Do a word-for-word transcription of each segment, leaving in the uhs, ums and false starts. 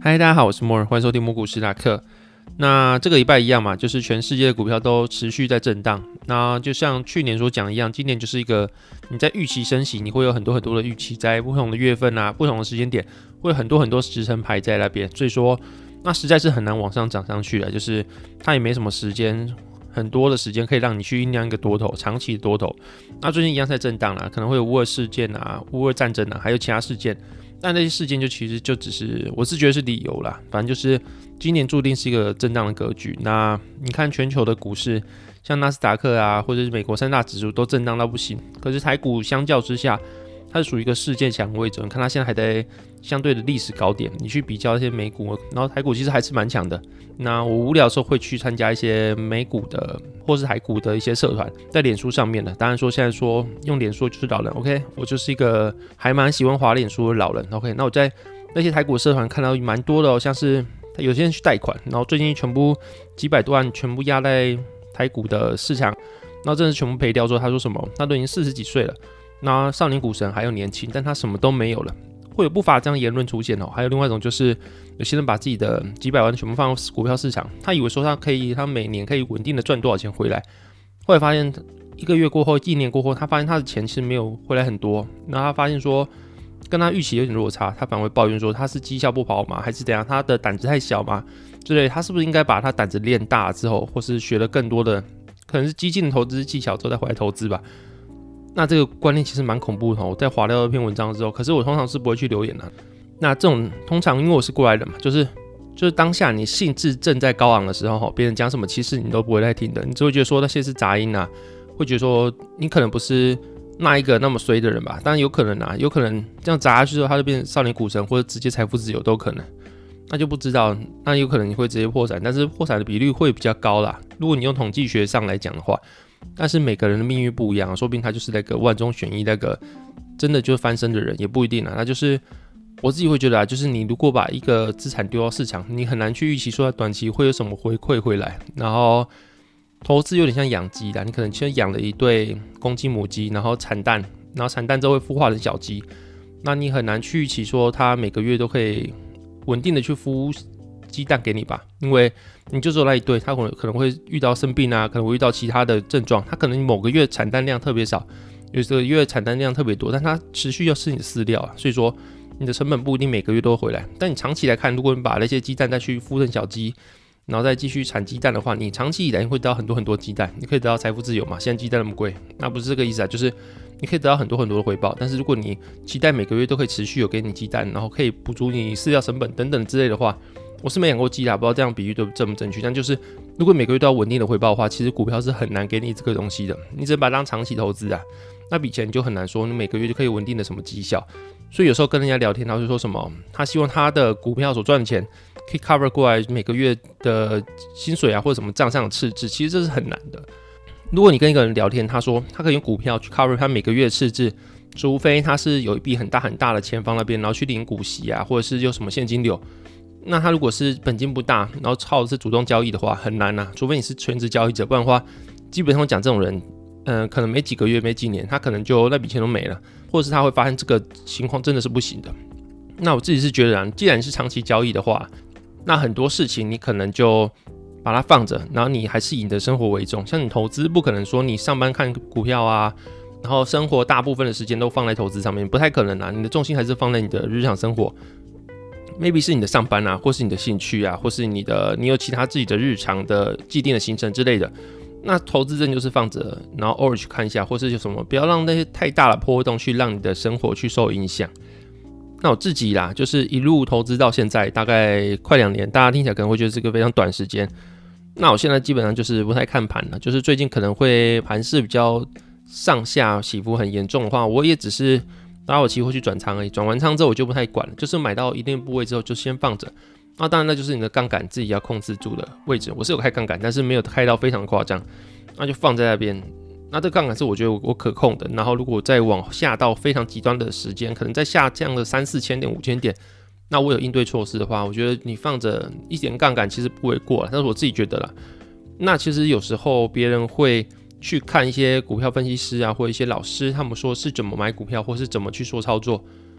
嗨，大家好，我是摩尔，欢迎收听摩股史塔克。那这个礼拜一样嘛，就是全世界的股票都持续在震荡。那就像去年所讲一样，今年就是一个你在预期升息，你会有很多很多的预期，在不同的月份啊、不同的时间点，会有很多很多时程牌在那边，所以说那实在是很难往上涨上去了，就是它也没什么时间。很多的时间可以让你去酝酿一个多头，长期的多头。那最近一样在震荡啦，可能会有乌俄事件啊、乌俄战争啊，还有其他事件。但那些事件就其实就只是，我是觉得是理由啦。反正就是今年注定是一个震荡的格局。那你看全球的股市，像纳斯达克啊，或者是美国三大指数都震荡到不行。可是台股相较之下，它是属于一个世界强位置。你看它现在还在相对的历史高点，你去比较一些美股，然后台股其实还是蛮强的。那我无聊的时候会去参加一些美股的或是台股的一些社团，在脸书上面的。当然说现在说用脸书就是老人 ，OK， 我就是一个还蛮喜欢滑脸书的老人 ，OK。那我在那些台股社团看到蛮多的、哦，像是有些人去贷款，然后最近全部几百多万全部压在台股的市场，然后真的全部赔掉之后，他说什么？他都已经四十几岁了，那少年股神还有年轻，但他什么都没有了。会有不乏这样言论出现哦，还有另外一种就是有些人把自己的几百万全部放到股票市场，他以为说他可以，他每年可以稳定的赚多少钱回来，后来发现一个月过后、一年过后，他发现他的钱其实没有回来很多，然后他发现说跟他预期有点落差，他反而会抱怨说他是绩效不好吗？还是怎样？他的胆子太小吗？之类，他是不是应该把他胆子练大之后，或是学了更多的可能是激进的投资技巧之后再回来投资吧？那这个观念其实蛮恐怖的。我在划掉这篇文章之后，可是我通常是不会去留言的、啊。那这种通常因为我是过来人嘛，就是就是当下你兴致正在高昂的时候，别人讲什么其实你都不会太听的，你只会觉得说那些是杂音啊，会觉得说你可能不是那一个那么衰的人吧。当然有可能啊，有可能这样砸下去之后，他就变成少年股神或者直接财富自由都有可能。那就不知道，那有可能你会直接破产，但是破产的比率会比较高啦。如果你用统计学上来讲的话。但是每个人的命运不一样，说不定他就是那个万中选一，那个真的就翻身的人也不一定啊。那就是我自己会觉得啊，就是你如果把一个资产丢到市场，你很难去预期说它短期会有什么回馈回来。然后投资有点像养鸡啦，你可能先养了一对公鸡母鸡，然后产蛋，然后产蛋之后会孵化成小鸡，那你很难去预期说它每个月都可以稳定的去孵鸡蛋给你吧，因为你就只有那一堆，它可能会遇到生病啊，可能会遇到其他的症状，它可能某个月产蛋量特别少，有个月产蛋量特别多，但它持续要吃你的饲料啊，所以说你的成本不一定每个月都会回来。但你长期来看，如果你把那些鸡蛋再去孵成小鸡，然后再继续产鸡蛋的话，你长期以来会得到很多很多鸡蛋，你可以得到财富自由嘛。现在鸡蛋那么贵，那不是这个意思啊，就是你可以得到很多很多的回报。但是如果你期待每个月都可以持续有给你鸡蛋，然后可以补足你饲料成本等等之类的话，我是没养过鸡啦，不知道这样比喻对不正不正确。但就是如果每个月都要稳定的回报的话，其实股票是很难给你这个东西的，你只能把它当长期投资啊。那笔钱你就很难说你每个月就可以稳定的什么绩效。所以有时候跟人家聊天，他会说什么，他希望他的股票所赚的钱可以 cover 过来每个月的薪水啊，或者什么账上的赤字，其实这是很难的。如果你跟一个人聊天，他说他可以用股票去 cover 他每个月的赤字，除非他是有一笔很大很大的钱放那边，然后去领股息啊，或者是有什么现金流。那他如果是本金不大，然后靠的是主动交易的话，很难啊。除非你是全职交易者，不然的话，基本上讲这种人，嗯、呃，可能没几个月、没几年，他可能就那笔钱都没了，或者是他会发现这个情况真的是不行的。那我自己是觉得啊，既然是长期交易的话，那很多事情你可能就把它放着，然后你还是以你的生活为重。像你投资，不可能说你上班看股票啊，然后生活大部分的时间都放在投资上面，不太可能啊。你的重心还是放在你的日常生活。maybe 是你的上班啊，或是你的兴趣啊，或是你的你有其他自己的日常的既定的行程之类的。那投资真就是放着，然后偶尔去看一下，或是有什么，不要让那些太大的波动去让你的生活去受影响。那我自己啦，就是一路投资到现在，大概快两年，大家听起来可能会觉得是个非常短时间。那我现在基本上就是不太看盘了，就是最近可能会盘势比较上下起伏很严重的话，我也只是打我期货去转仓而已，转完仓之后我就不太管了，就是买到一定部位之后就先放着。那当然那就是你的杠杆自己要控制住的位置，我是有开杠杆，但是没有开到非常夸张，那就放在那边。那这个杠杆是我觉得我可控的，然后如果再往下到非常极端的时间，可能在下降了三四千点、五千点，那我有应对措施的话，我觉得你放着一点杠杆其实不为过啦，但是我自己觉得啦。那其实有时候别人会去看一些股票分析师啊，或一些老师，他们说是怎么买股票，或是怎么去做操作。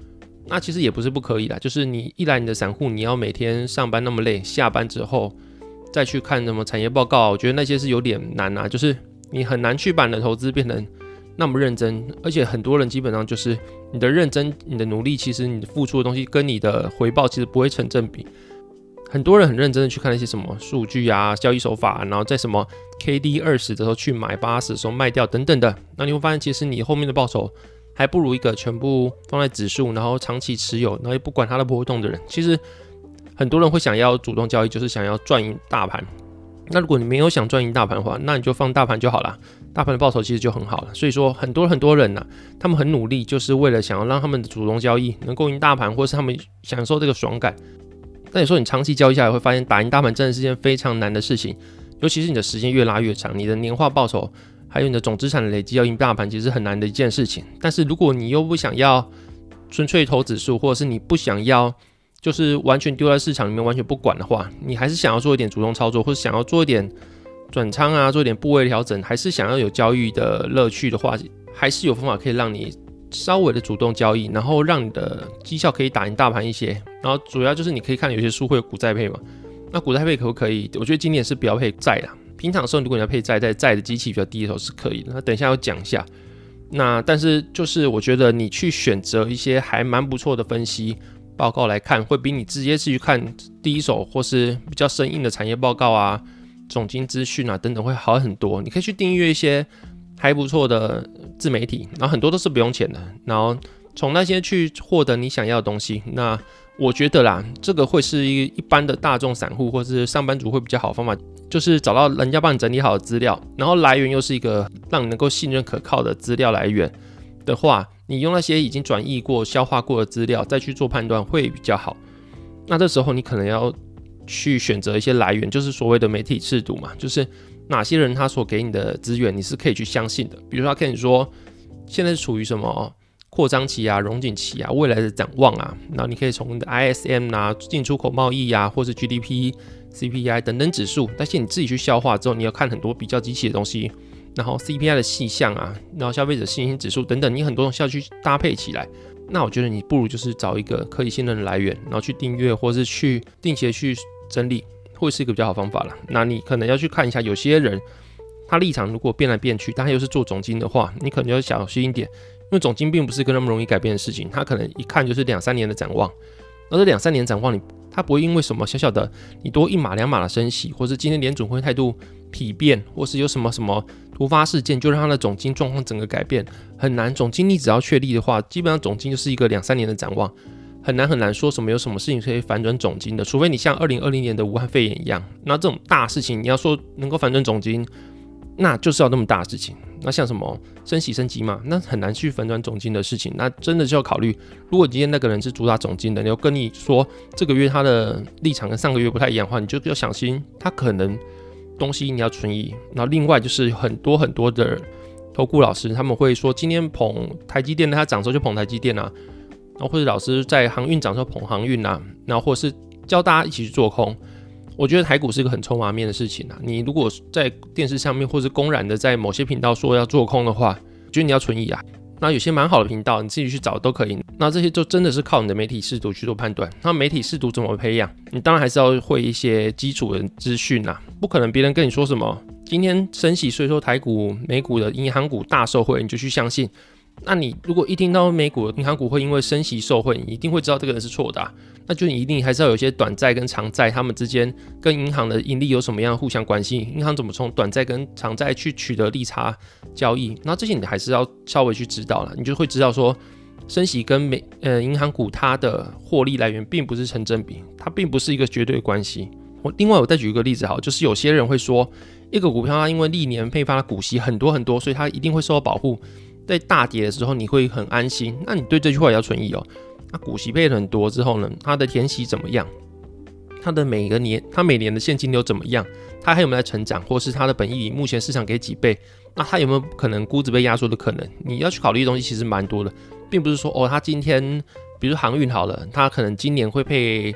那其实也不是不可以啦，就是你一来你的散户你要每天上班那么累，下班之后再去看什么产业报告，我觉得那些是有点难啊，就是你很难去把你的投资变成那么认真，而且很多人基本上就是你的认真、你的努力，其实你付出的东西跟你的回报其实不会成正比。很多人很认真的去看那些什么数据啊、交易手法啊，然后在什么 K D 二十的时候去买，八十的时候卖掉等等的，那你会发现其实你后面的报酬还不如一个全部放在指数，然后长期持有，然后也不管它的波动的人。其实很多人会想要主动交易，就是想要赚赢大盘。那如果你没有想赚赢大盘的话，那你就放大盘就好了，大盘的报酬其实就很好了。所以说很多很多人啊，他们很努力，就是为了想要让他们的主动交易能够赢大盘，或是他们享受这个爽感。但你说你长期交易下来，会发现打赢大盘真的是件非常难的事情，尤其是你的时间越拉越长，你的年化报酬还有你的总资产的累积要赢大盘，其实是很难的一件事情。但是如果你又不想要纯粹投指数，或者是你不想要就是完全丢在市场里面完全不管的话，你还是想要做一点主动操作，或者想要做一点转仓啊，做一点部位调整，还是想要有交易的乐趣的话，还是有方法可以让你稍微的主动交易，然后让你的绩效可以打赢大盘一些。然后主要就是你可以看有些书会有股债配嘛，那股债配可不可以？我觉得今年是不要配债啦。平常的时候如果你要配债，在债的基期比较低的时候是可以的。那等一下要讲一下。那但是就是我觉得你去选择一些还蛮不错的分析报告来看，会比你直接去看第一手或是比较生硬的产业报告啊、总经资讯啊等等会好很多。你可以去订阅一些还不错的自媒体，然后很多都是不用钱的，然后从那些去获得你想要的东西。那我觉得啦，这个会是一一般的大众散户或是上班族会比较好的方法，就是找到人家帮你整理好的资料，然后来源又是一个让你能够信任可靠的资料来源的话，你用那些已经转译过、消化过的资料再去做判断会比较好。那这时候你可能要去选择一些来源，就是所谓的媒体识读嘛，就是哪些人他所给你的资源你是可以去相信的。比如说他跟你说现在是处于什么扩张期啊、荣景期啊、未来的展望啊，然后你可以从你的 I S M 啊、进出口贸易啊，或是 G D P、C P I 等等指数，但是你自己去消化之后，你要看很多比较机器的东西，然后 C P I 的细项啊，然后消费者信心指数等等，你很多东西要去搭配起来。那我觉得你不如就是找一个可以信任的来源，然后去订阅或是去定期的去整理，会是一个比较好的方法啦。那你可能要去看一下，有些人他立场如果变来变去，但他又是做总经的话，你可能要小心一点。因为总经并不是一个那么容易改变的事情，它可能一看就是两三年的展望，而这两三年展望你，它不会因为什么小小的你多一码两码的升息，或是今天联准会态度疲变，或是有什么什么突发事件，就让它的总经状况整个改变，很难。总经你只要确立的话，基本上总经就是一个两三年的展望，很难很难说什么有什么事情可以反转总经的，除非你像二零二零年的武汉肺炎一样，那这种大事情你要说能够反转总经，那就是要那么大的事情。那像什么升息升级嘛，那很难去反转总经的事情，那真的就要考虑，如果今天那个人是主打总经的，你要跟你说这个月他的立场跟上个月不太一样的话，你就要小心，他可能东西你要存疑。然后另外就是很多很多的投顾老师，他们会说今天捧台积电的，他涨的时候就捧台积电啊，然后或者老师在航运涨的时候捧航运啊，然后或者是教大家一起去做空。我觉得台股是一个很筹码面的事情啊，你如果在电视上面或是公然的在某些频道说要做空的话，我觉得你要存疑啊。那有些蛮好的频道，你自己去找都可以。那这些就真的是靠你的媒体识读去做判断。那媒体识读怎么培养？你当然还是要会一些基础的资讯啊，不可能别人跟你说什么今天升息，所以说台股、美股的银行股大受惠，你就去相信。那你如果一听到美股的银行股会因为升息受惠，你一定会知道这个人是错的啊。那就你一定还是要有一些短债跟长债，他们之间跟银行的盈利有什么样的互相关系？银行怎么从短债跟长债去取得利差交易？然后这些你还是要稍微去知道了，你就会知道说，升息跟美呃银行股它的获利来源并不是成正比，它并不是一个绝对的关系。我另外我再举一个例子好，就是有些人会说，一个股票它因为历年配发的股息很多很多，所以它一定会受到保护。在大跌的时候你会很安心，那你对这句话也要存疑哦。那股息配很多之后呢，它的填息怎么样？它的每个年，它每年的现金流怎么样？它还有没有在成长，或是它的本益比目前市场给几倍？那它有没有可能估值被压缩的可能？你要去考虑的东西其实蛮多的，并不是说哦，它今天比如航运好了，它可能今年会配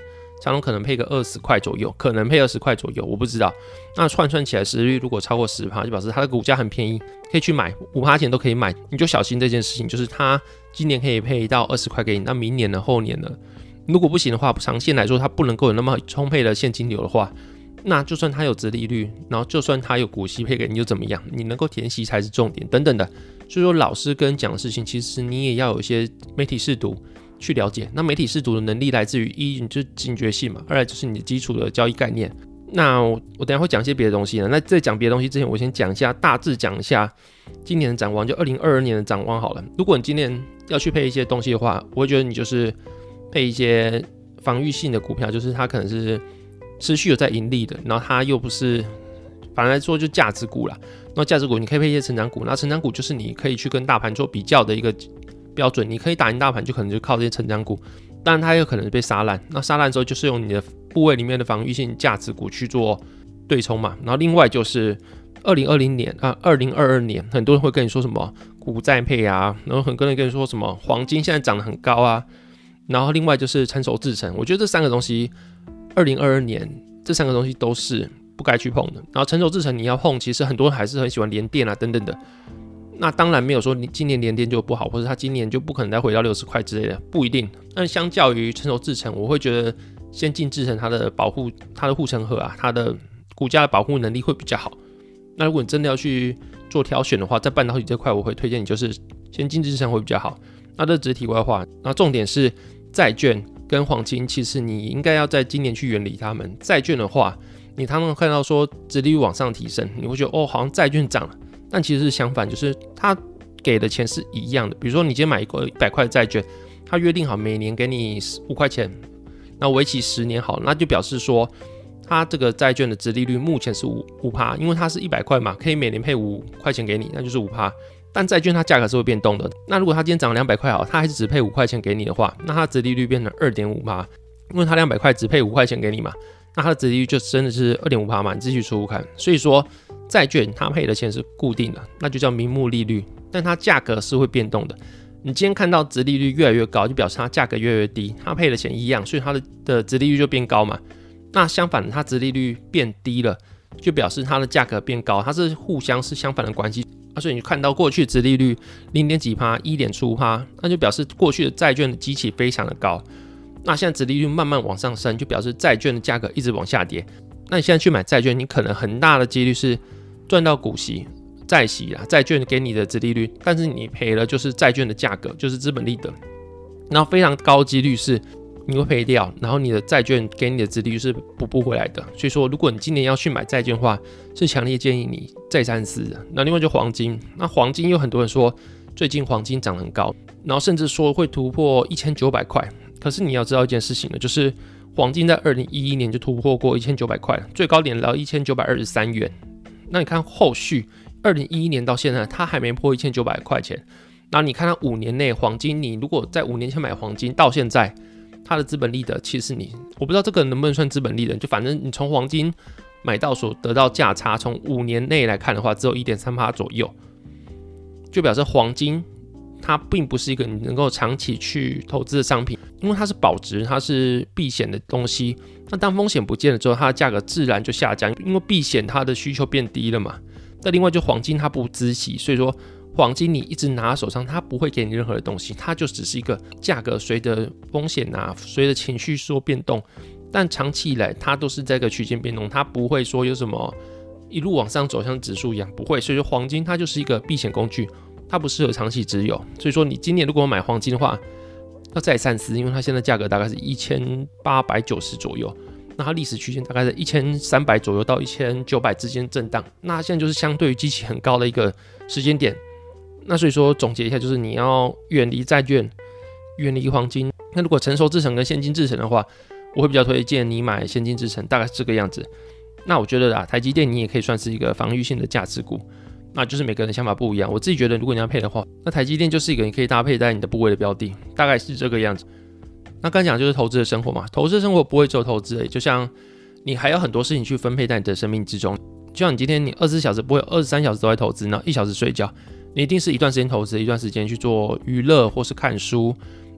长荣可能配个二十块左右，可能配二十块左右，我不知道。那换算起来，殖利率如果超过 百分之十， 就表示它的股价很便宜，可以去买， 百分之五 钱都可以买。你就小心这件事情，就是它今年可以配到二十块给你，那明年呢、后年呢？如果不行的话，长线来说它不能够有那么充沛的现金流的话，那就算它有殖利率，然后就算它有股息配给你又怎么样？你能够填息才是重点，等等的。所以说，老师跟讲的事情，其实你也要有一些媒体识读去了解。那媒体识读的能力来自于一，你就是警觉性嘛；二来就是你的基础的交易概念。那我我等一下会讲一些别的东西呢。那在讲别的东西之前，我先讲一下，大致讲一下今年的展望，就二零二二年的展望好了。如果你今年要去配一些东西的话，我会觉得你就是配一些防御性的股票，就是它可能是持续有在盈利的，然后它又不是，反而来说就价值股啦。那价值股你可以配一些成长股，那成长股就是你可以去跟大盘做比较的一个标准，你可以打赢大盘，就可能就靠这些成长股。当然它有可能被杀烂，那杀烂之后就是用你的部位里面的防御性价值股去做对冲嘛。然后另外就是二零二零年啊，二零二二年，很多人会跟你说什么股债配啊，然后很多人跟你说什么黄金现在涨得很高啊，然后另外就是成熟制程，我觉得这三个东西，二零二二年这三个东西都是不该去碰的。然后成熟制程你要碰，其实很多人还是很喜欢联电啊等等的。那当然没有说你今年联电就不好，或者它今年就不可能再回到六十块之类的，不一定。但相较于成熟制程，我会觉得先进制程它的保护、它的护城河啊，它的股价的保护能力会比较好。那如果你真的要去做挑选的话，在半导体这块，我会推荐你就是先进制程会比较好。那这只是题外话。那重点是债券跟黄金，其实你应该要在今年去远离它们。债券的话，你常常看到说殖利率往上提升，你会觉得哦，好像债券涨了。但其实是相反，就是它给的钱是一样的。比如说你今天买一个一百块的债券，它约定好每年给你五块钱，那为期十年好，那就表示说它这个债券的殖利率目前是五五趴，因为它是一百块嘛，可以每年配五块钱给你，那就是五趴。但债券它价格是会变动的。那如果它今天涨两百块好，它还是只配五块钱给你的话，那它殖利率变成 二点五趴，因为它两百块只配五块钱给你嘛，那它的殖利率就真的是 二点五趴嘛，你自己去除看。所以说债券它配的钱是固定的，那就叫名目利率，但它价格是会变动的。你今天看到殖利率越来越高，就表示它价格越来越低，它配的钱一样，所以它 的, 的殖利率就变高嘛。那相反的，它殖利率变低了，就表示它的价格变高，它是互相是相反的关系。啊、所以你看到过去殖利率 零点几趴、一点出趴，那就表示过去的债券的基期非常的高。那现在殖利率慢慢往上升，就表示债券的价格一直往下跌。那你现在去买债券，你可能很大的几率是赚到股息、债息啊，债券给你的殖利率，但是你赔了就是债券的价格，就是资本利得。然后非常高几率是你会赔掉，然后你的债券给你的殖利率是补不回来的。所以说，如果你今年要去买债券的话，是强烈建议你再三思的。那另外就黄金，那黄金有很多人说最近黄金涨很高，然后甚至说会突破一千九百块。可是你要知道一件事情呢，就是黄金在二零一一年就突破过一千九百块，最高点来到一千九百二十三元。那你看后续二零一一年到现在，它还没破一千九百块钱。然后你看它五年内黄金，你如果在五年前买黄金，到现在它的资本利得，其实你我不知道这个能不能算资本利得，就反正你从黄金买到所得到价差，从五年内来看的话，只有 一点三趴 左右，就表示黄金它并不是一个你能够长期去投资的商品，因为它是保值，它是避险的东西。那当风险不见了之后，它的价格自然就下降，因为避险它的需求变低了嘛。那另外就黄金它不孳息，所以说黄金你一直拿在手上，它不会给你任何的东西，它就只是一个价格随着风险啊，随着情绪说变动，但长期以来它都是在一个区间变动，它不会说有什么一路往上走像指数一样，不会。所以说黄金它就是一个避险工具，它不适合长期持有。所以说你今年如果买黄金的话，要再三思，因为它现在价格大概是一千八百九十左右，那它历史区间大概在一千三百左右到一千九百之间震荡，那现在就是相对于基期很高的一个时间点。那所以说总结一下，就是你要远离债券，远离黄金。那如果成熟制程跟现金制程的话，我会比较推荐你买现金制程，大概是这个样子。那我觉得啊，台积电你也可以算是一个防御性的价值股，那就是每个人的想法不一样。我自己觉得，如果你要配的话，那台积电就是一个你可以搭配在你的部位的标的，大概是这个样子。那刚讲就是投资的生活嘛，投资的生活不会只有投资而已，就像你还有很多事情去分配在你的生命之中。就像你今天你二十四小时不会有二十三小时都在投资，然后一小时睡觉，你一定是一段时间投资，一段时间去做娱乐或是看书，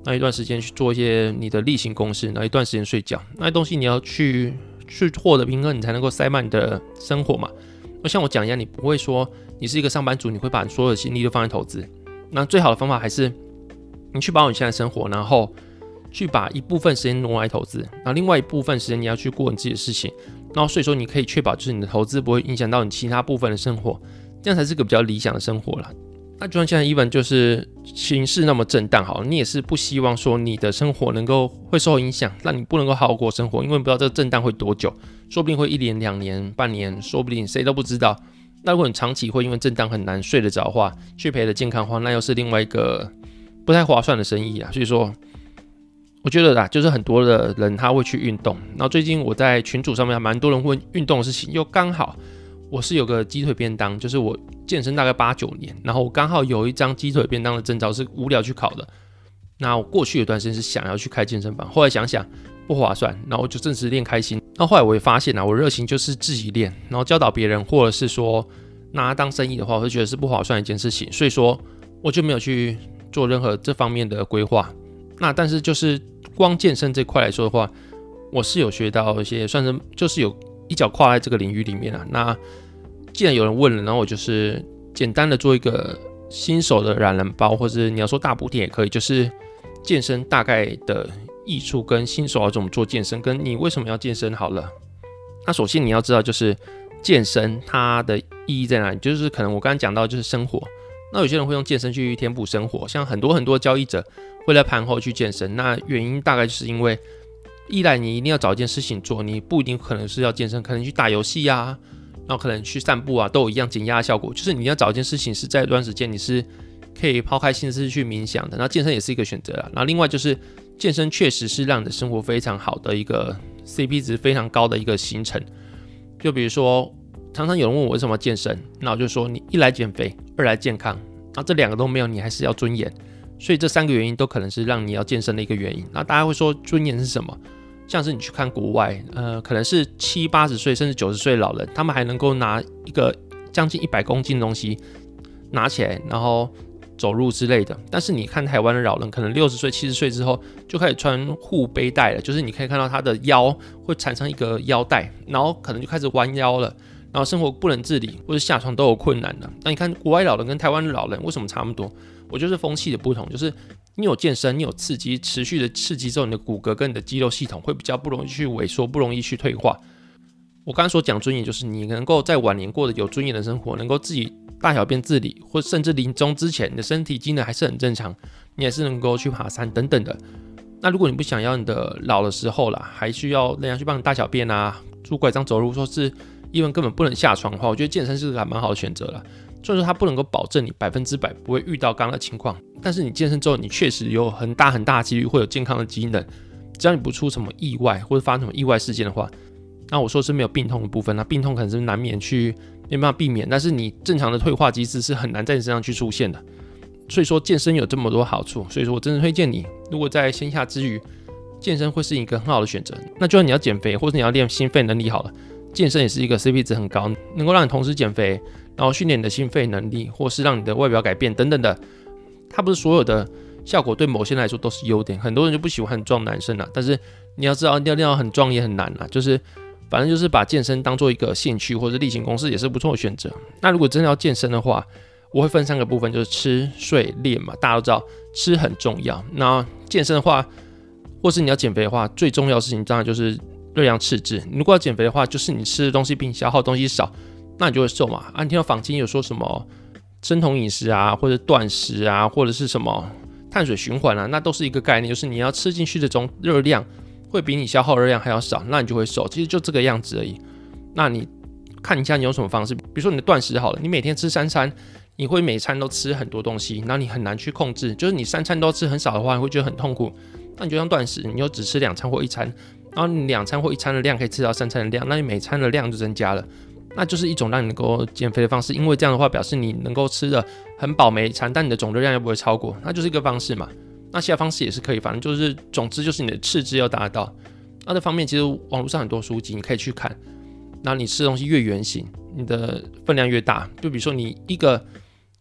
那一段时间去做一些你的例行公事，那一段时间睡觉，那些东西你要去去获得平衡，你才能够塞满你的生活嘛。那像我讲一样，你不会说你是一个上班族，你会把所有的心力都放在投资。那最好的方法还是你去保你现在的生活，然后去把一部分时间挪来投资，然后另外一部分时间你要去过你自己的事情。然后所以说你可以确保就是你的投资不会影响到你其他部分的生活，这样才是个比较理想的生活啦。那就算现在 even 就是形势那么震荡好，你也是不希望说你的生活能够会受影响，让你不能够好好过生活，因为不知道这个震荡会多久，说不定会一年、两年、半年，说不定谁都不知道。那如果你长期会因为震荡很难睡得着的话，去赔了健康的话，那又是另外一个不太划算的生意啊。所以说，我觉得啦，就是很多的人他会去运动，然后最近我在群组上面还蛮多人问运动的事情，又刚好我是有个鸡腿便当，就是我健身大概八九年，然后我刚好有一张鸡腿便当的证照是无聊去考的。那我过去有段时间是想要去开健身房，后来想想不划算，然后我就正式练开心。那后来我也发现啊，我热情就是自己练，然后教导别人，或者是说拿它当生意的话，我就觉得是不划算的一件事情，所以说我就没有去做任何这方面的规划。那但是就是光健身这块来说的话，我是有学到一些，算是就是有一脚跨在这个领域里面啊。那既然有人问了，然后我就是简单的做一个新手的懒人包，或者你要说大补帖也可以，就是健身大概的益处跟新手要怎么做健身，跟你为什么要健身好了。那首先你要知道就是健身它的意义在哪里，就是可能我刚刚讲到就是生活。那有些人会用健身去填补生活，像很多很多交易者会在盘后去健身，那原因大概就是因为一来你一定要找一件事情做，你不一定可能是要健身，可能去打游戏啊，然后可能去散步啊，都有一样减压的效果。就是你要找一件事情是在一段时间你是可以抛开心思去冥想的，那健身也是一个选择啦。然后另外就是健身确实是让你的生活非常好的一个 C P 值非常高的一个行程。就比如说常常有人问我为什么要健身，那我就说你一来减肥，二来健康，那这两个都没有，你还是要尊严。所以这三个原因都可能是让你要健身的一个原因。那大家会说尊严是什么？像是你去看国外，呃，可能是七八十岁甚至九十岁的老人，他们还能够拿一个将近一百公斤的东西拿起来，然后走路之类的。但是你看台湾的老人，可能六十岁、七十岁之后就开始穿护背带了，就是你可以看到他的腰会产生一个腰带，然后可能就开始弯腰了。然后生活不能自理，或者下床都有困难的。那你看国外老人跟台湾的老人为什么差那么多？我就是风气的不同，就是你有健身，你有刺激，持续的刺激之后，你的骨骼跟你的肌肉系统会比较不容易去萎缩，不容易去退化。我刚才所讲尊严，就是你能够在晚年过得有尊严的生活，能够自己大小便自理，或甚至临终之前，你的身体机能还是很正常，你还是能够去爬山等等的。那如果你不想要你的老的时候啦，还需要人家去帮你大小便啊，拄拐杖走路，说是因为根本不能下床的话，我觉得健身是个还蛮好的选择啦。虽然说它不能够保证你百分之百不会遇到刚刚的情况，但是你健身之后，你确实有很大很大的几率会有健康的机能。只要你不出什么意外或者发生什么意外事件的话，那我说是没有病痛的部分，那病痛可能是难免去没办法避免，但是你正常的退化机制是很难在你身上去出现的。所以说健身有这么多好处，所以说我真的推荐你，如果在闲暇之余，健身会是一个很好的选择。那就算你要减肥或者你要练心肺能力好了，健身也是一个 C P 值很高，能够让你同时减肥，然后训练你的心肺能力，或是让你的外表改变等等的。它不是所有的效果对某些人来说都是优点，很多人就不喜欢很壮男生啊，但是你要知道要练到很壮也很难啊，就是反正就是把健身当做一个兴趣或者例行公事也是不错的选择。那如果真的要健身的话，我会分三个部分，就是吃、睡、练嘛。大家都知道吃很重要，那健身的话，或是你要减肥的话，最重要的事情当然就是热量赤字。如果要减肥的话，就是你吃的东西比你消耗的东西少，那你就会瘦嘛。啊，你听到坊间有说什么生酮饮食啊，或者断食啊，或者是什么碳水循环啊，那都是一个概念，就是你要吃进去的总热量会比你消耗的热量还要少，那你就会瘦。其实就这个样子而已。那你看一下你用什么方式，比如说你的断食好了，你每天吃三餐，你会每餐都吃很多东西，然后你很难去控制，就是你三餐都吃很少的话，你会觉得很痛苦。那你就像断食，你就只吃两餐或一餐，然后你两餐或一餐的量可以吃到三餐的量，那你每餐的量就增加了，那就是一种让你能够减肥的方式。因为这样的话，表示你能够吃的很饱每一餐，但你的总热量又不会超过，那就是一个方式嘛。那其他方式也是可以，反正就是总之就是你的赤字要达到。那这方面其实网络上很多书籍你可以去看。那你吃的东西越圆形，你的分量越大。就比如说你一个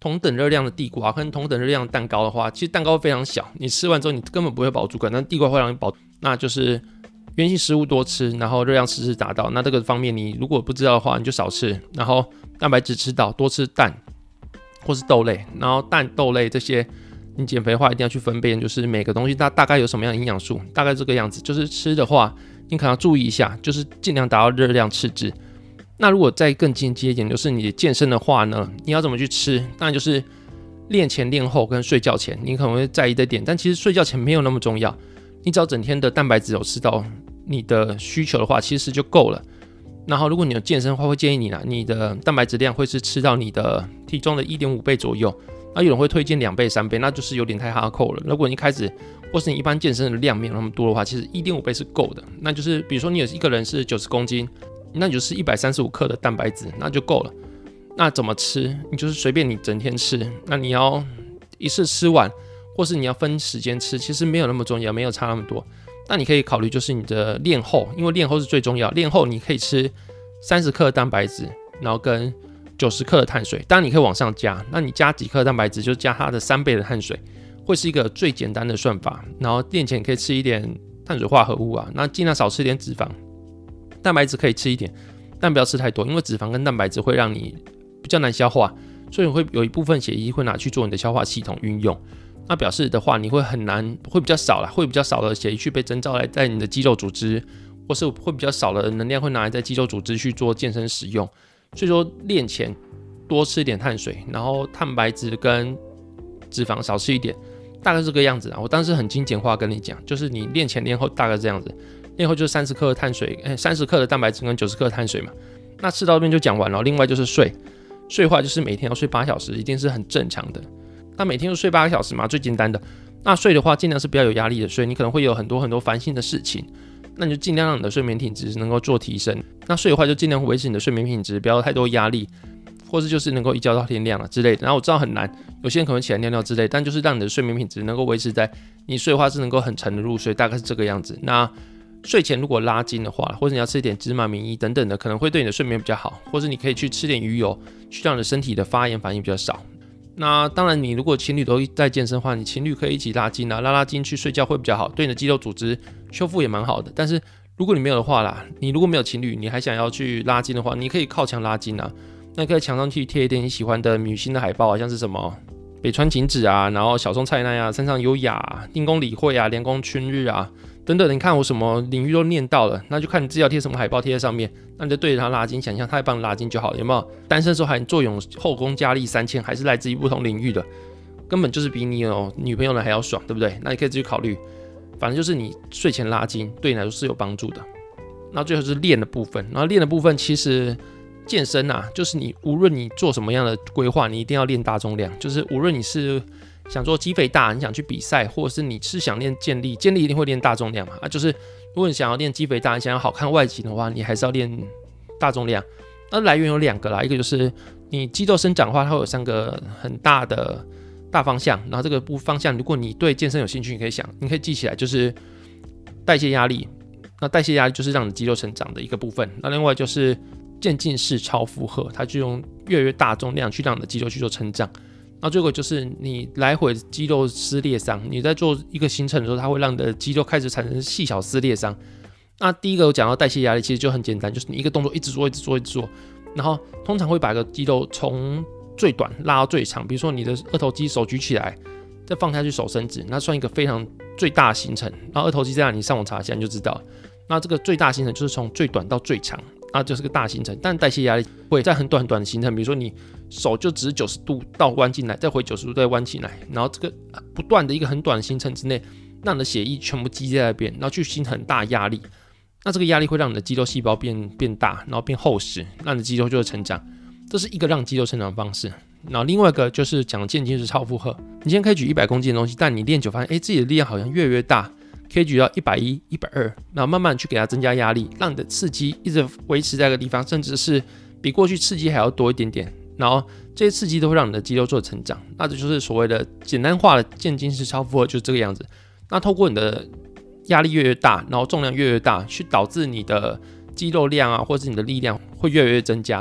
同等热量的地瓜跟同等热量的蛋糕的话，其实蛋糕非常小，你吃完之后你根本不会饱足感，但地瓜会让你饱，那就是原型食物多吃，然后热量适时达到。那这个方面你如果不知道的话，你就少吃，然后蛋白质吃到，多吃蛋或是豆类，然后蛋豆类这些。你减肥的话，一定要去分辨，就是每个东西它大概有什么样的营养素，大概这个样子。就是吃的话，你可能要注意一下，就是尽量达到热量赤字。那如果再更进阶一点，就是你健身的话呢，你要怎么去吃？当然就是练前、练后跟睡觉前，你可能会在意的点，但其实睡觉前没有那么重要。你只要整天的蛋白质有吃到你的需求的话，其实就够了。然后如果你有健身的话，会建议你啦，你的蛋白质量会是吃到你的体重的 一点五 倍左右。那有人会推荐两倍、三倍，那就是有点太哈扣了。如果你一开始或是你一般健身的量没有那么多的话，其实 一点五 倍是够的。那就是比如说你有一个人是九十公斤，那你就是一百三十五克的蛋白质，那就够了。那怎么吃？你就是随便你整天吃。那你要一次吃完，或是你要分时间吃，其实没有那么重要，没有差那么多。那你可以考虑就是你的练后，因为练后是最重要。练后你可以吃三十克的蛋白质，然后跟九十克的碳水，当然你可以往上加，那你加几克蛋白质就加它的三倍的碳水，会是一个最简单的算法。然后练前可以吃一点碳水化合物啊，那尽量少吃一点脂肪，蛋白质可以吃一点，但不要吃太多，因为脂肪跟蛋白质会让你比较难消化，所以会有一部分血液会拿去做你的消化系统运用。那表示的话，你会很难，会比较少啦，会比较少的血液去被征召来在你的肌肉组织，或是会比较少的能量会拿来在肌肉组织去做健身使用。所以说练前多吃一点碳水，然后蛋白质跟脂肪少吃一点，大概是这个样子啊。我当时很精简化跟你讲，就是你练前练后大概这样子，练后就是三十克的碳水，三十克的蛋白质跟九十克的碳水嘛。那吃到这边就讲完了。另外就是睡，睡的话就是每天要睡八小时，一定是很正常的。那每天就睡八个小时嘛，最简单的。那睡的话，尽量是不要有压力的睡，你可能会有很多很多烦心的事情。那你就尽量让你的睡眠品质能够做提升。那睡的话，就尽量维持你的睡眠品质，不要太多压力，或是就是能够一觉到天亮了之类的。然后我知道很难，有些人可能起来尿尿之类，但就是让你的睡眠品质能够维持在你睡的话是能够很沉的入睡，大概是这个样子。那睡前如果拉筋的话，或者你要吃一点芝麻明医等等的，可能会对你的睡眠比较好，或是你可以去吃点鱼油，去让你的身体的发炎反应比较少。那当然，你如果情侣都在健身的话，你情侣可以一起拉筋啊，拉拉筋去睡觉会比较好，对你的肌肉组织修复也蛮好的。但是如果你没有的话啦，你如果没有情侣，你还想要去拉筋的话，你可以靠墙拉筋啊。那可以墙上去贴一点你喜欢的女星的海报啊，像是什么北川景子啊，然后小松菜奈啊，山上优雅啊，定宫理惠啊，连宫春日啊等等的。你看我什么领域都念到了，那就看你自己要贴什么海报贴在上面，那你就对着它拉筋，想象它在帮你拉筋就好了，有没有？单身的时候还作用后宫佳丽三千，还是来自于不同领域的，根本就是比你有女朋友的还要爽，对不对？那你可以自己考虑，反正就是你睡前拉筋对你来说是有帮助的。那最后就是练的部分，然后练的部分其实健身啊，就是你无论你做什么样的规划，你一定要练大重量，就是无论你是想做肌肥大，你想去比赛，或者是你是想练健力，健力一定会练大重量嘛。啊，就是如果你想要练肌肥大，你想要好看外形的话，你还是要练大重量。那来源有两个啦，一个就是你肌肉生长的话，它会有三个很大的大方向，然后这个不方向，如果你对健身有兴趣，你可以想，你可以记起来，就是代谢压力。那代谢压力就是让你肌肉成长的一个部分。那另外就是渐进式超负荷，它就用越来越大重量去让你的肌肉去做成长。那最后就是你来回肌肉撕裂伤，你在做一个行程的时候，它会让你的肌肉开始产生细小撕裂伤。那第一个我讲到代谢压力，其实就很简单，就是你一个动作一直做，一直做，一直做，然后通常会把一个肌肉从最短拉到最长。比如说你的二头肌手举起来，再放下去手伸直，那算一个非常最大的行程。然后二头肌这样，你上网查一下你就知道。那这个最大行程就是从最短到最长，那就是个大行程。但代谢压力会在很短很短的行程，比如说你手就只是九十度倒弯进来，再回九十度再弯进来，然后这个不断的一个很短的行程之内，让你的血液全部积在那边，然后去形成很大压力。那这个压力会让你的肌肉细胞变变大，然后变厚实，让你的肌肉就会成长。这是一个让肌肉成长的方式。然后另外一个就是讲渐进式超负荷，你今天可以举一百公斤的东西，但你练久发现，哎，自己的力量好像越来越大。可以举到一百一、一百二，然后慢慢去给它增加压力，让你的刺激一直维持在一个地方，甚至是比过去刺激还要多一点点。然后这些刺激都会让你的肌肉做成长，那这就是所谓的简单化的渐进式超负荷，就是这个样子。那透过你的压力越来越大，然后重量越来越大，去导致你的肌肉量啊，或者你的力量会越来越增加。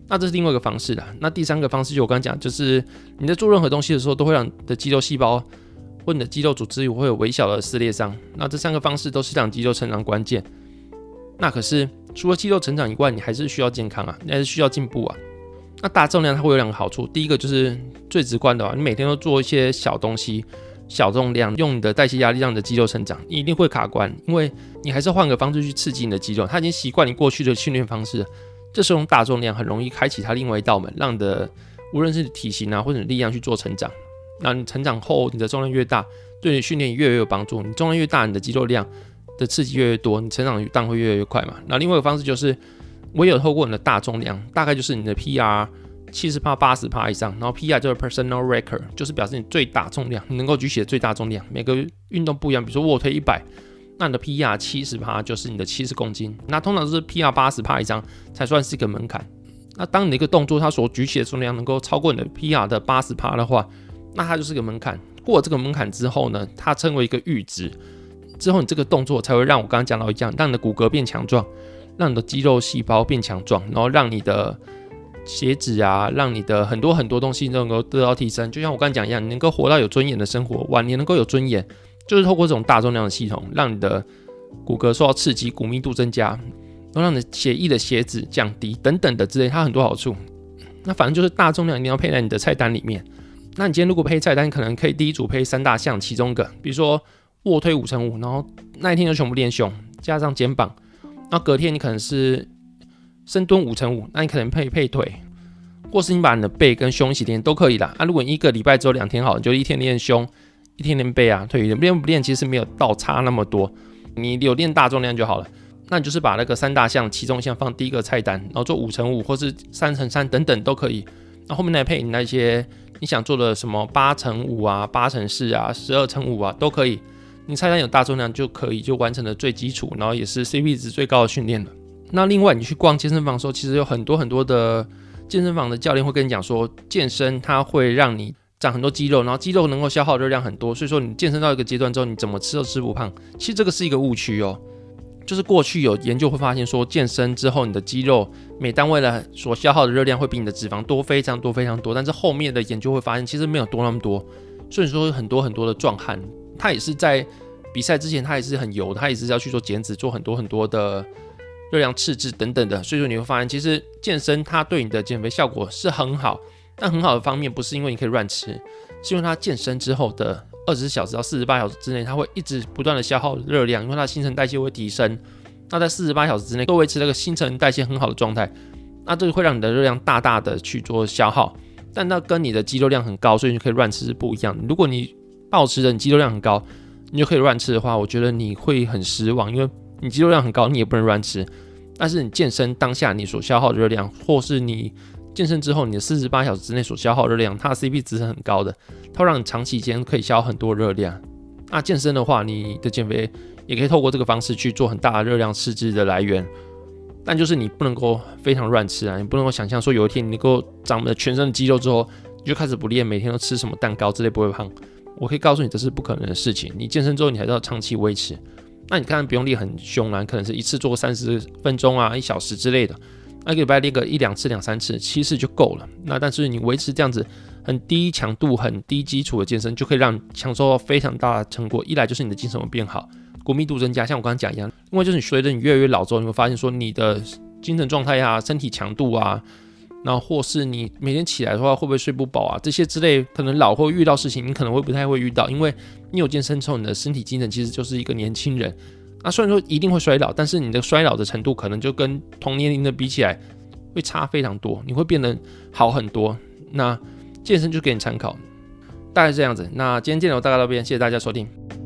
那这是另外一个方式啦。那第三个方式就我刚刚讲，就是你在做任何东西的时候，都会让你的肌肉细胞或你的肌肉组织会有微小的撕裂伤。那这三个方式都是让肌肉成长关键。那可是除了肌肉成长以外，你还是需要健康啊，你还是需要进步啊。那大重量它会有两个好处，第一个就是最直观的啊，你每天都做一些小东西、小重量，用你的代谢压力让你的肌肉成长，你一定会卡关，因为你还是换个方式去刺激你的肌肉，它已经习惯你过去的训练方式了。这时候用大重量很容易开启它另外一道门，让你的无论是体型啊或者力量去做成长。那你成长后，你的重量越大，对你训练越来越有帮助。你重量越大，你的肌肉量的刺激越来越多，你成长当然会越来越快嘛。那另外一个方式就是，唯有透过你的大重量，大概就是你的 P R 七十趴、八十趴以上，然后 P R 就是 personal record， 就是表示你最大重量，你能够举起的最大重量。每个运动不一样，比如说卧推一百。那你的 P R 七十趴就是你的七十公斤，那通常都是 P R 八十趴以上才算是一个门槛。那当你的一个动作它所举起的重量能够超过你的 P R 的八十趴的话，那它就是个门槛。过了这个门槛之后呢，它称为一个阈值。之后你这个动作才会让我刚刚讲到一样，让你的骨骼变强壮，让你的肌肉细胞变强壮，然后让你的血脂啊，让你的很多很多东西都能够得到提升。就像我刚才讲一样，你能够活到有尊严的生活，晚年能够有尊严。就是透过这种大重量的系统，让你的骨骼受到刺激，骨密度增加，然后让你的血液的血脂降低等等的之类，它很多好处。那反正就是大重量一定要配在你的菜单里面。那你今天如果配菜单，可能可以第一组配三大项其中一个，比如说卧推五乘五，然后那一天就全部练胸，加上肩膀，然后隔天你可能是深蹲五乘五，那你可能配配腿，或是你把你的背跟胸一起练都可以啦。啊，如果你一个礼拜只有两天好，你就一天练胸。一天练背啊，腿练不练其实没有到差那么多，你有练大重量就好了。那你就是把那个三大项其中一项放第一个菜单，然后做五乘五或是三乘三等等都可以。那后面来配你那些你想做的什么八乘五啊、八乘四啊、十二乘五啊都可以。你菜单有大重量就可以就完成了最基础，然后也是 C P 值最高的训练了。那另外你去逛健身房的时候，其实有很多很多的健身房的教练会跟你讲说，健身它会让你长很多肌肉，然后肌肉能够消耗热量很多，所以说你健身到一个阶段之后，你怎么吃都吃不胖。其实这个是一个误区哦，就是过去有研究会发现说，健身之后你的肌肉每单位的所消耗的热量会比你的脂肪多非常多非常多，但是后面的研究会发现其实没有多那么多，所以说很多很多的壮汉，他也是在比赛之前他也是很油的，他也是要去做减脂，做很多很多的热量赤字等等的，所以说你会发现其实健身它对你的减肥效果是很好。但很好的方面不是因为你可以乱吃，是因为它健身之后的二十四小时到四十八小时之内，它会一直不断的消耗热量，因为它的新陈代谢会提升。那在四十八小时之内都维持那个新陈代谢很好的状态，那这个会让你的热量大大的去做消耗。但那跟你的肌肉量很高，所以你可以乱吃是不一样的。如果你抱持着你肌肉量很高，你就可以乱吃的话，我觉得你会很失望，因为你肌肉量很高，你也不能乱吃。但是你健身当下你所消耗的热量，或是你健身之后，你的四十八小时之内所消耗热量，它的 C P 值是很高的，它会让你长期间可以消耗很多热量。那健身的话，你的减肥也可以透过这个方式去做很大的热量赤字的来源，但就是你不能够非常乱吃啊，你不能够想象说有一天你能够长了全身的肌肉之后，你就开始不练，每天都吃什么蛋糕之类不会胖。我可以告诉你，这是不可能的事情。你健身之后，你还是要长期维持。那你当然不用练很凶啦，可能是一次做三十分钟啊、一小时之类的。那一个礼拜练个一两次、两三次，七次就够了。那但是你维持这样子很低强度、很低基础的健身，就可以让你享受到非常大的成果。一来就是你的精神会变好，骨密度增加，像我刚刚讲一样。另外就是你随着你越来越老之后，你会发现说你的精神状态啊、身体强度啊，然后或是你每天起来的话会不会睡不饱啊，这些之类，可能老会遇到事情，你可能会不太会遇到，因为你有健身之后，你的身体机能其实就是一个年轻人。那虽然说一定会衰老，但是你的衰老的程度可能就跟同年龄的比起来会差非常多，你会变得好很多。那健身就给你参考，大概是这样子。那今天见了我大概到这边，谢谢大家收听。